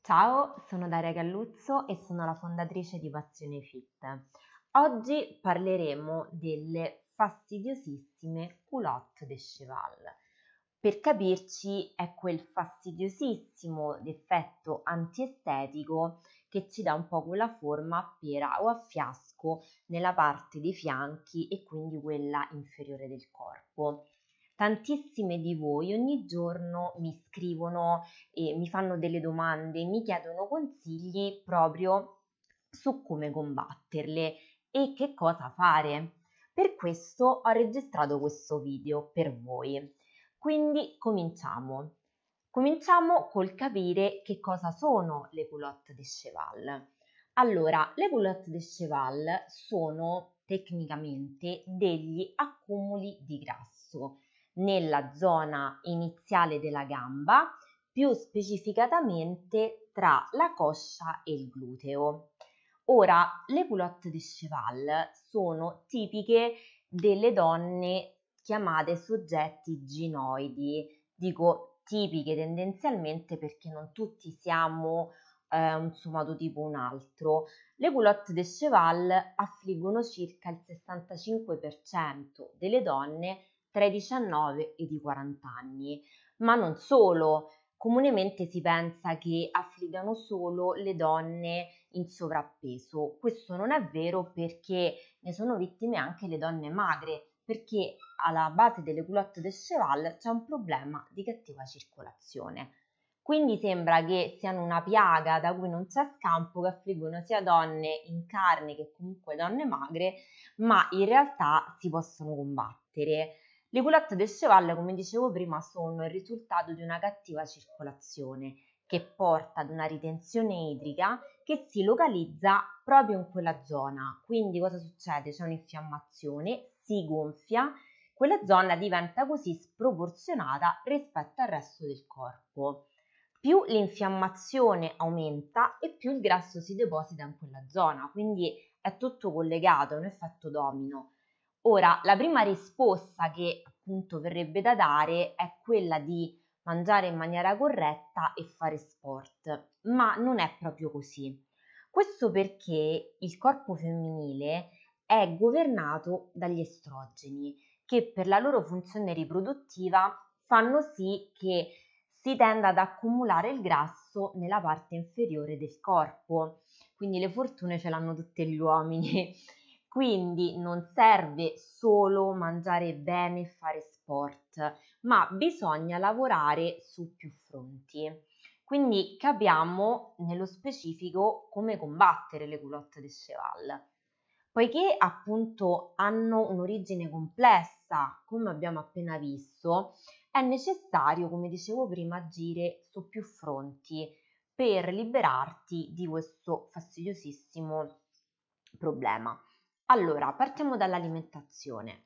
Ciao, sono Daria Galluzzo e sono la fondatrice di Passione Fit. Oggi parleremo delle fastidiosissime culotte de cheval. Per capirci, è quel fastidiosissimo effetto antiestetico che ci dà un po' quella forma a pera o a fiasco nella parte dei fianchi e quindi quella inferiore del corpo. Tantissime di voi ogni giorno mi scrivono e mi fanno delle domande, mi chiedono consigli proprio su come combatterle e che cosa fare. Per questo ho registrato questo video per voi. Quindi cominciamo. Cominciamo col capire che cosa sono le culotte de cheval. Allora, le culotte de cheval sono tecnicamente degli accumuli di grasso nella zona iniziale della gamba, più specificatamente tra la coscia e il gluteo. Ora, le culotte de cheval sono tipiche delle donne chiamate soggetti ginoidi. Dico tipiche tendenzialmente perché non tutti siamo un somatotipo o un altro. Le culotte de cheval affliggono circa il 65% delle donne tra i 19 e i 40 anni, ma non solo. Comunemente si pensa che affliggano solo le donne in sovrappeso. Questo non è vero perché ne sono vittime anche le donne magre, perché alla base delle culotte de cheval c'è un problema di cattiva circolazione. Quindi sembra che siano una piaga da cui non c'è scampo, che affliggono sia donne in carne che comunque donne magre, ma in realtà si possono combattere. Le culotte del cheval, come dicevo prima, sono il risultato di una cattiva circolazione che porta ad una ritenzione idrica che si localizza proprio in quella zona. Quindi cosa succede? C'è un'infiammazione, si gonfia, quella zona diventa così sproporzionata rispetto al resto del corpo. Più l'infiammazione aumenta e più il grasso si deposita in quella zona, quindi è tutto collegato, è un effetto domino. Ora, la prima risposta che appunto verrebbe da dare è quella di mangiare in maniera corretta e fare sport, ma non è proprio così. Questo perché il corpo femminile è governato dagli estrogeni, che per la loro funzione riproduttiva fanno sì che si tenda ad accumulare il grasso nella parte inferiore del corpo. Quindi le fortune ce l'hanno tutti gli uomini. Quindi non serve solo mangiare bene e fare sport, ma bisogna lavorare su più fronti. Quindi capiamo nello specifico come combattere le culotte de cheval. Poiché appunto hanno un'origine complessa, come abbiamo appena visto, è necessario, come dicevo prima, agire su più fronti per liberarti di questo fastidiosissimo problema. Allora, partiamo dall'alimentazione.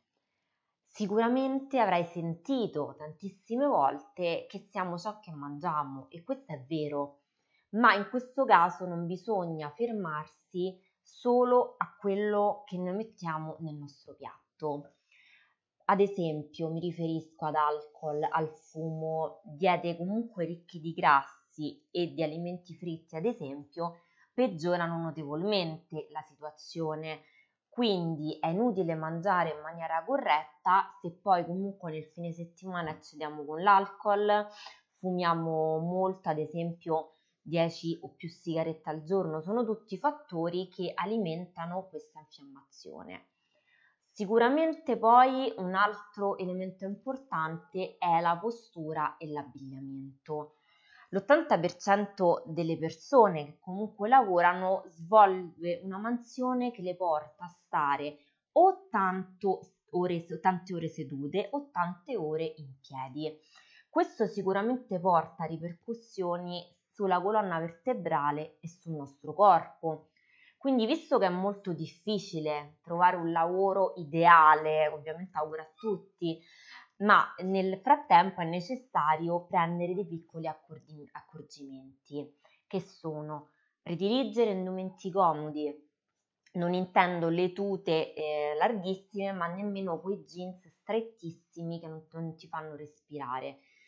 Sicuramente avrai sentito tantissime volte che siamo ciò che mangiamo e questo è vero, ma in questo caso non bisogna fermarsi solo a quello che noi mettiamo nel nostro piatto. Ad esempio, mi riferisco ad alcol, al fumo, diete comunque ricche di grassi e di alimenti fritti, ad esempio, peggiorano notevolmente la situazione. Quindi è inutile mangiare in maniera corretta se poi comunque nel fine settimana eccediamo con l'alcol, fumiamo molto, ad esempio 10 o più sigarette al giorno, sono tutti fattori che alimentano questa infiammazione. Sicuramente poi un altro elemento importante è la postura e l'abbigliamento. L'80% delle persone che comunque lavorano svolge una mansione che le porta a stare o tante ore sedute o tante ore in piedi. Questo sicuramente porta ripercussioni sulla colonna vertebrale e sul nostro corpo. Quindi, visto che è molto difficile trovare un lavoro ideale, ovviamente auguro a tutti, ma nel frattempo è necessario prendere dei piccoli accorgimenti, che sono prediligere indumenti comodi. Non intendo le tute larghissime, ma nemmeno quei jeans strettissimi che non ti fanno respirare.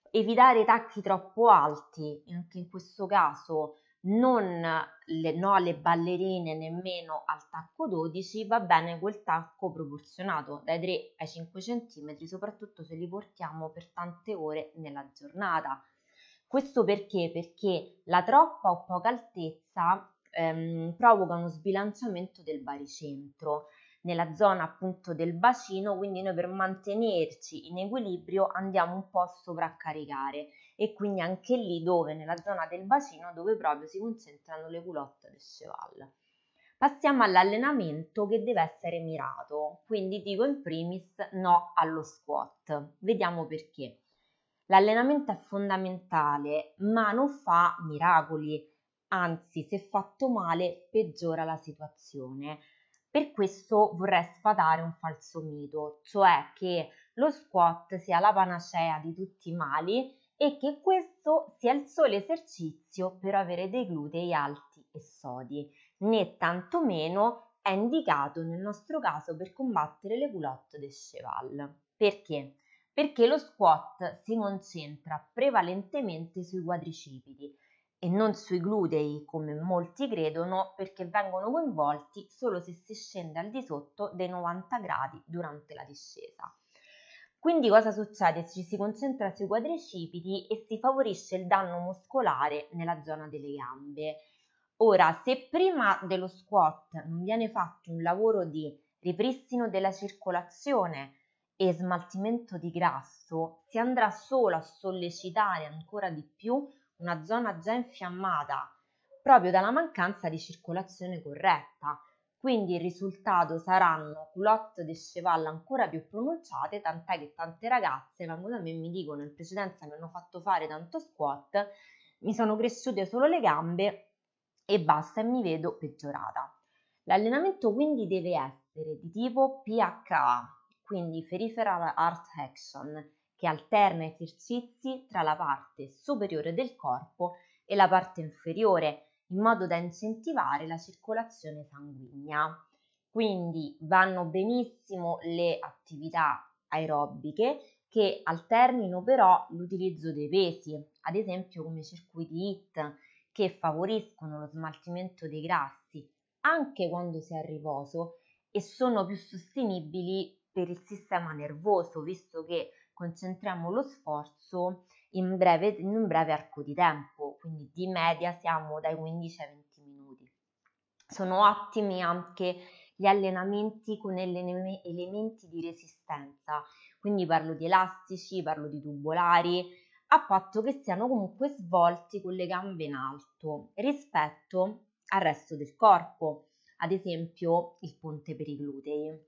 Evitare tacchi troppo alti, anche in questo caso non no alle ballerine nemmeno al tacco 12, va bene quel tacco proporzionato dai 3 ai 5 cm, soprattutto se li portiamo per tante ore nella giornata. Questo perché? Perché la troppa o poca altezza provoca uno sbilanciamento del baricentro nella zona appunto del bacino, quindi noi per mantenerci in equilibrio andiamo un po' a sovraccaricare e quindi anche lì dove nella zona del bacino dove proprio si concentrano le culotte del cheval. Passiamo all'allenamento che deve essere mirato, quindi dico in primis no allo squat. Vediamo perché. L'allenamento è fondamentale, ma non fa miracoli, anzi se fatto male peggiora la situazione. Per questo vorrei sfatare un falso mito, cioè che lo squat sia la panacea di tutti i mali e che questo sia il solo esercizio per avere dei glutei alti e sodi, né tantomeno è indicato nel nostro caso per combattere le culotte del cheval. Perché? Perché lo squat si concentra prevalentemente sui quadricipiti e non sui glutei come molti credono, perché vengono coinvolti solo se si scende al di sotto dei 90 gradi durante la discesa. Quindi cosa succede? Ci si concentra sui quadricipiti e si favorisce il danno muscolare nella zona delle gambe. Ora, se prima dello squat non viene fatto un lavoro di ripristino della circolazione e smaltimento di grasso, si andrà solo a sollecitare ancora di più una zona già infiammata proprio dalla mancanza di circolazione corretta. Quindi il risultato saranno culotte di cheval ancora più pronunciate, tant'è che tante ragazze vengono da me e mi dicono in precedenza mi hanno fatto fare tanto squat, mi sono cresciute solo le gambe e basta e mi vedo peggiorata. L'allenamento quindi deve essere di tipo PHA, quindi Peripheral Heart Action, che alterna esercizi tra la parte superiore del corpo e la parte inferiore, in modo da incentivare la circolazione sanguigna. Quindi vanno benissimo le attività aerobiche che alternino però l'utilizzo dei pesi, ad esempio come circuiti HIIT, che favoriscono lo smaltimento dei grassi anche quando si è a riposo e sono più sostenibili per il sistema nervoso, visto che concentriamo lo sforzo in un breve arco di tempo, quindi di media siamo dai 15 ai 20 minuti. Sono ottimi anche gli allenamenti con elementi di resistenza, quindi parlo di elastici, parlo di tubolari, a patto che siano comunque svolti con le gambe in alto rispetto al resto del corpo, ad esempio il ponte per i glutei.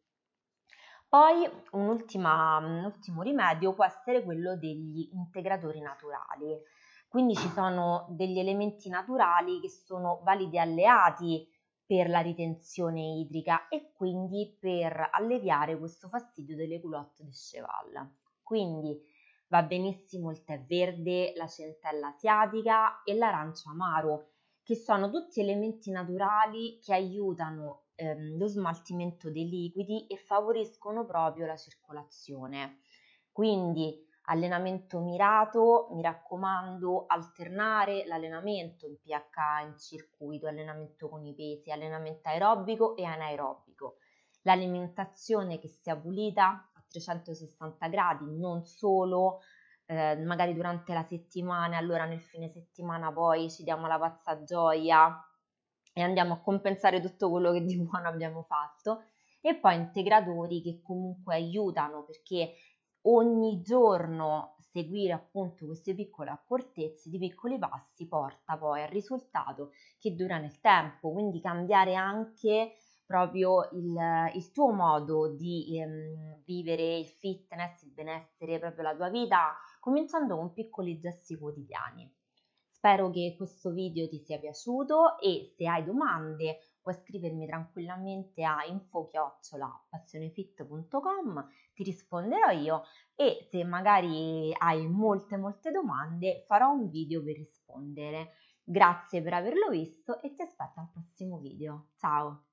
Poi un ultimo rimedio può essere quello degli integratori naturali, quindi ci sono degli elementi naturali che sono validi alleati per la ritenzione idrica e quindi per alleviare questo fastidio delle culotte di cheval. Quindi va benissimo il tè verde, la centella asiatica e l'arancio amaro, che sono tutti elementi naturali che aiutano lo smaltimento dei liquidi e favoriscono proprio la circolazione. Quindi allenamento mirato, mi raccomando, alternare l'allenamento in PH, in circuito, allenamento con i pesi, allenamento aerobico e anaerobico. L'alimentazione che sia pulita a 360 gradi, non solo magari durante la settimana, allora nel fine settimana poi ci diamo la pazza gioia e andiamo a compensare tutto quello che di buono abbiamo fatto. E poi integratori che comunque aiutano, perché ogni giorno seguire appunto queste piccole accortezze di piccoli passi porta poi al risultato che dura nel tempo, quindi cambiare anche proprio il tuo modo di vivere il fitness, il benessere, proprio la tua vita, cominciando con piccoli gesti quotidiani. Spero che questo video ti sia piaciuto e se hai domande puoi scrivermi tranquillamente a info@passionefit.com, ti risponderò io e se magari hai molte domande farò un video per rispondere. Grazie per averlo visto e ti aspetto al prossimo video. Ciao!